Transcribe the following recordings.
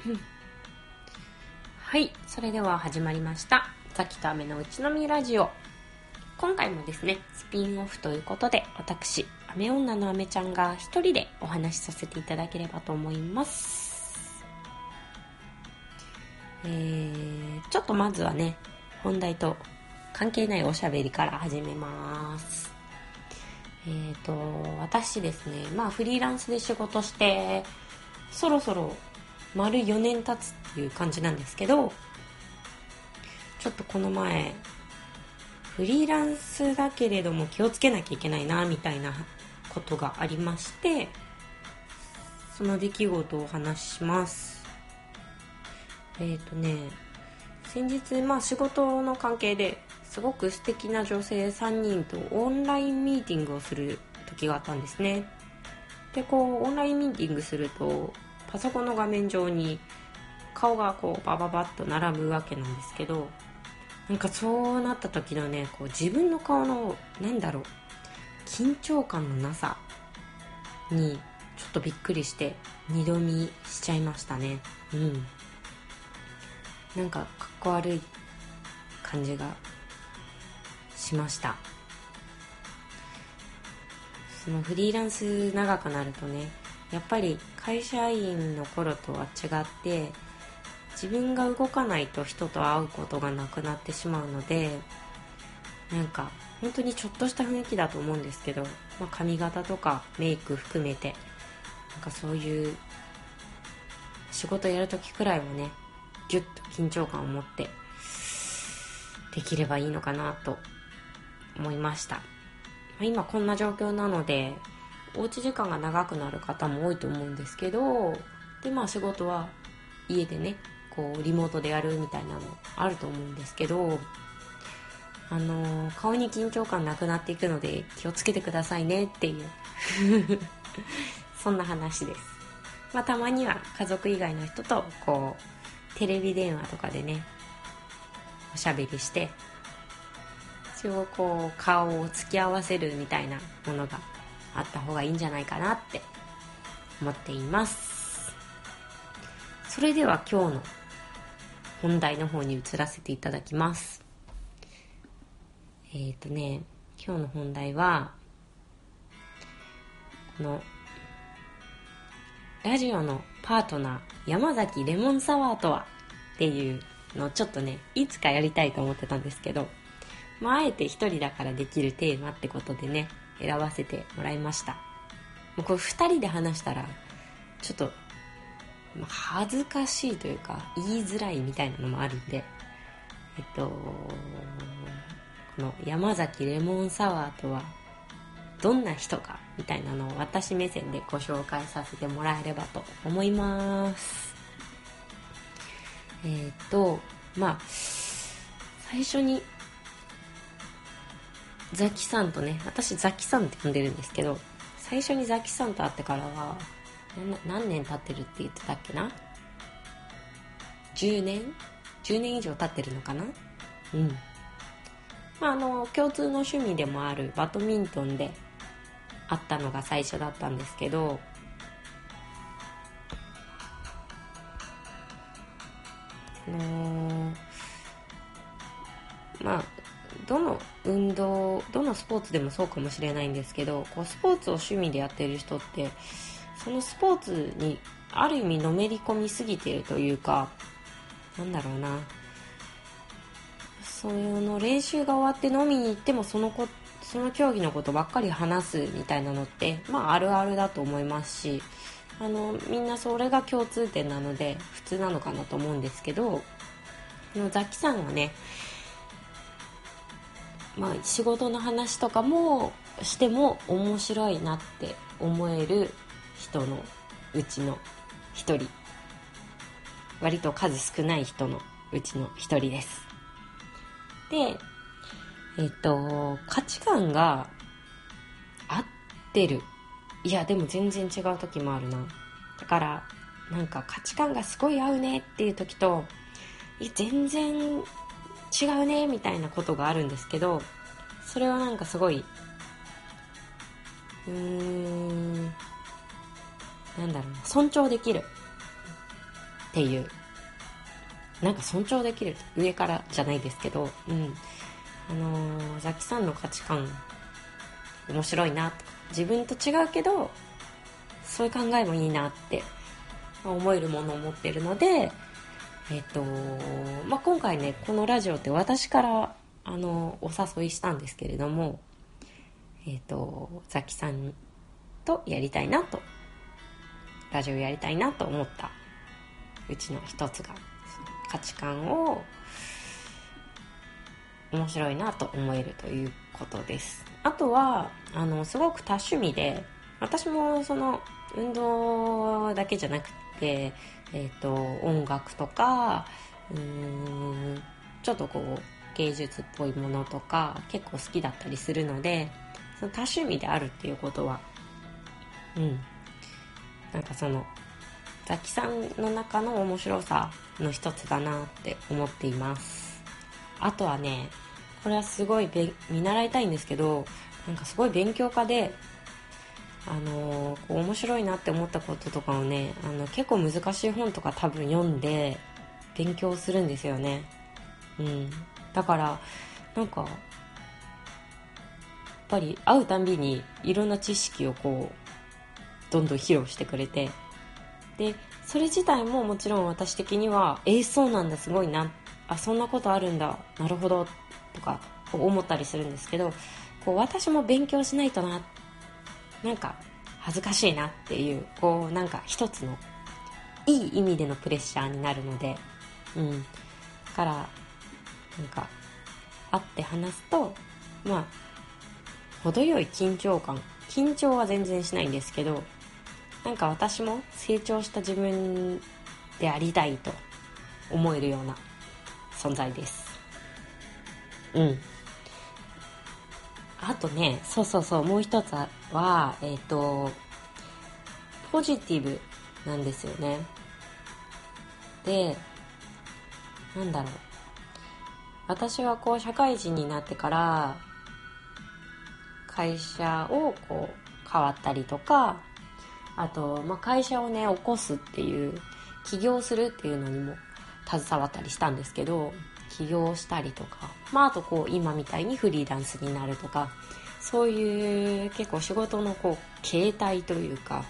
はい、それでは始まりましたザキとアメのうちのみラジオ。今回もですね、スピンオフということで、私アメ女のアメちゃんが一人でお話しさせていただければと思います。ちょっとまずはね、本題と関係ないおしゃべりから始めます。私ですね、フリーランスで仕事してそろそろ丸4年経つっていう感じなんですけど、ちょっとこの前フリーランスだけれども気をつけなきゃいけないなみたいなことがありまして、その出来事をお話しします。先日仕事の関係ですごく素敵な女性3人とオンラインミーティングをする時があったんですね。で、オンラインミーティングするとパソコンの画面上に顔がバババッと並ぶわけなんですけど、なんかそうなった時のね、自分の顔の緊張感のなさにちょっとびっくりして二度見しちゃいましたね。なんかかっこ悪い感じがしました。そのフリーランス長くなるとね、やっぱり会社員の頃とは違って自分が動かないと人と会うことがなくなってしまうので、なんか本当にちょっとした雰囲気だと思うんですけど、髪型とかメイク含めて、なんかそういう仕事やるときくらいはね、ギュッと緊張感を持ってできればいいのかなと思いました。今こんな状況なのでおうち時間が長くなる方も多いと思うんですけど、で仕事は家でねリモートでやるみたいなのあると思うんですけど、顔に緊張感なくなっていくので気をつけてくださいねっていうそんな話です。たまには家族以外の人とテレビ電話とかでねおしゃべりして、一応顔を突き合わせるみたいなものがあった方がいいんじゃないかなって思っています。それでは今日の本題の方に移らせていただきます。今日の本題はこのラジオのパートナー山崎レモンサワーとはっていうのをちょっとねいつかやりたいと思ってたんですけど、あえて一人だからできるテーマってことでね選ばせてもらいました。もうこれ2人で話したらちょっと恥ずかしいというか言いづらいみたいなのもあるんで、この山崎レモンサワーとはどんな人かみたいなのを私目線でご紹介させてもらえればと思います。最初にザキさんとね、私ザキさんって呼んでるんですけど、最初にザキさんと会ってからは何年経ってるって言ってたっけな、10年以上経ってるのかな。共通の趣味でもあるバドミントンで会ったのが最初だったんですけど、どの運動どのスポーツでもそうかもしれないんですけど、スポーツを趣味でやってる人ってそのスポーツにある意味のめり込みすぎてるというか、その練習が終わって飲みに行ってもその競技のことばっかり話すみたいなのってあるあるだと思いますし、みんなそれが共通点なので普通なのかなと思うんですけど、ザキさんはね、仕事の話とかもしても面白いなって思える人のうちの一人、割と数少ない人のうちの一人です。で、価値観が合ってる、いやでも全然違う時もあるな。だから価値観がすごい合うねっていう時と、全然違うねみたいなことがあるんですけど、それはすごい尊重できるっっていう、なんか尊重できる、上からじゃないですけど、ザキさんの価値観面白いなと、自分と違うけどそういう考えもいいなって思えるものを持ってるので、今回ねこのラジオって私からお誘いしたんですけれども、ザキさんとやりたいなと、ラジオやりたいなと思ったうちの一つが、価値観を面白いなと思えるということです。あとはすごく多趣味で、私もその運動だけじゃなくて、音楽とかちょっとこう芸術っぽいものとか結構好きだったりするので、その多趣味であるっていうことはなんかそのザキさんの中の面白さの一つだなって思っています。あとはね、これはすごい見習いたいんですけど、なんかすごい勉強家でこう面白いなって思ったこととかをね、結構難しい本とか多分読んで勉強するんですよね。だからなんかやっぱり会うたんびにいろんな知識をこうどんどん披露してくれて、でそれ自体ももちろん私的にはそうなんだ、すごいな、そんなことあるんだ、なるほどとか思ったりするんですけど、こう私も勉強しないとな、なんか恥ずかしいなっていう、こうなんか一つのいい意味でのプレッシャーになるので、だからなんか会って話すと、程よい緊張は全然しないんですけど、なんか私も成長した自分でありたいと思えるような存在です。あとね、そうもう一つはポジティブなんですよね。で、なんだろう、私はこう社会人になってから会社をこう変わったりとか、あと、会社をね起こすっていう、起業するっていうのにも携わったりしたんですけど、起業したりとか、あとこう今みたいにフリーランスになるとか、そういう結構仕事のこう形態というか、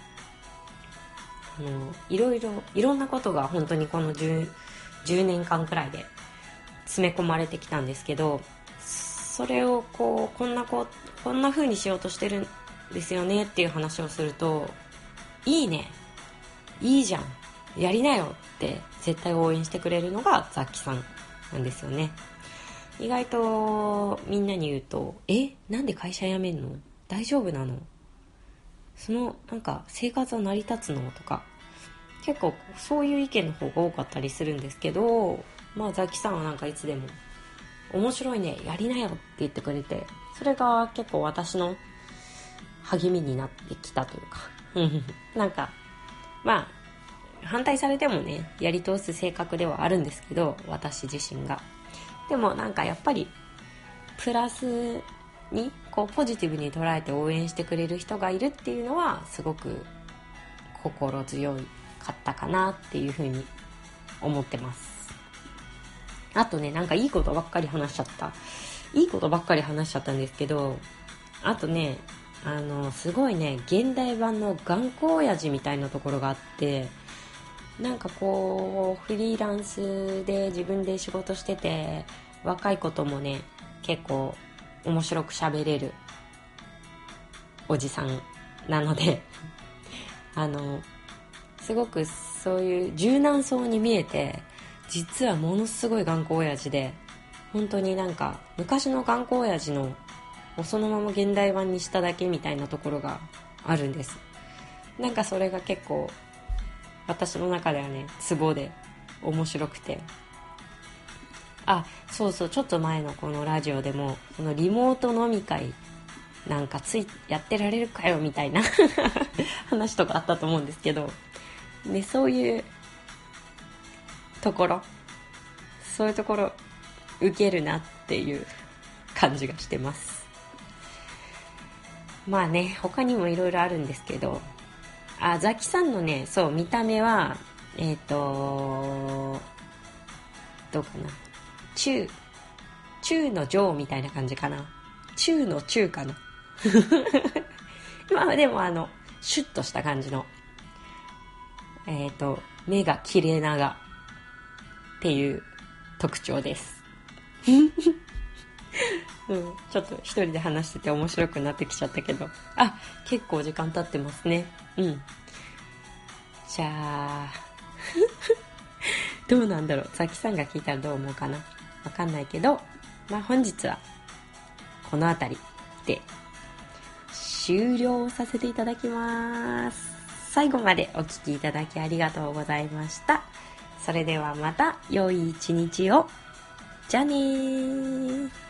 いろんなことが本当にこの 10年間くらいで詰め込まれてきたんですけど、それをこんな風にしようとしてるんですよねっていう話をすると、いいね、いいじゃん、やりなよって絶対応援してくれるのがザッキさんなんですよね。意外とみんなに言うと、なんで会社辞めんの、大丈夫なの、そのなんか生活は成り立つのとか、結構そういう意見の方が多かったりするんですけど、ザキさんはなんかいつでも面白いね、やりなよって言ってくれて、それが結構私の励みになってきたというかなんか反対されてもね、やり通す性格ではあるんですけど、私自身が。でもなんかやっぱりプラスにこうポジティブに捉えて応援してくれる人がいるっていうのはすごく心強かったかなっていうふうに思ってます。あとね、なんかいいことばっかり話しちゃったんですけど、あとね、すごいね、現代版の頑固親父みたいなところがあって、なんかこうフリーランスで自分で仕事してて、若いこともね結構面白く喋れるおじさんなのですごくそういう柔軟そうに見えて、実はものすごい頑固親父で、本当になんか昔の頑固親父のそのまま現代版にしただけみたいなところがあるんです。なんかそれが結構私の中ではねツボで面白くて、そうちょっと前のこのラジオでもそのリモート飲み会なんかやってられるかよみたいな話とかあったと思うんですけど、でそういうところ受けるなっていう感じがしてます。他にもいろいろあるんですけど、ザキさんのね、見た目はどうかな、中の上みたいな感じかな。中の中かな。まあでもシュッとした感じの目が切れ長っていう特徴です。うん、ちょっと一人で話してて面白くなってきちゃったけど、結構時間経ってますね。じゃあどうなんだろう、ザキさんが聞いたらどう思うかな、わかんないけど、本日はこの辺りで終了させていただきます。最後までお聞きいただきありがとうございました。それではまた良い一日を。じゃあねー。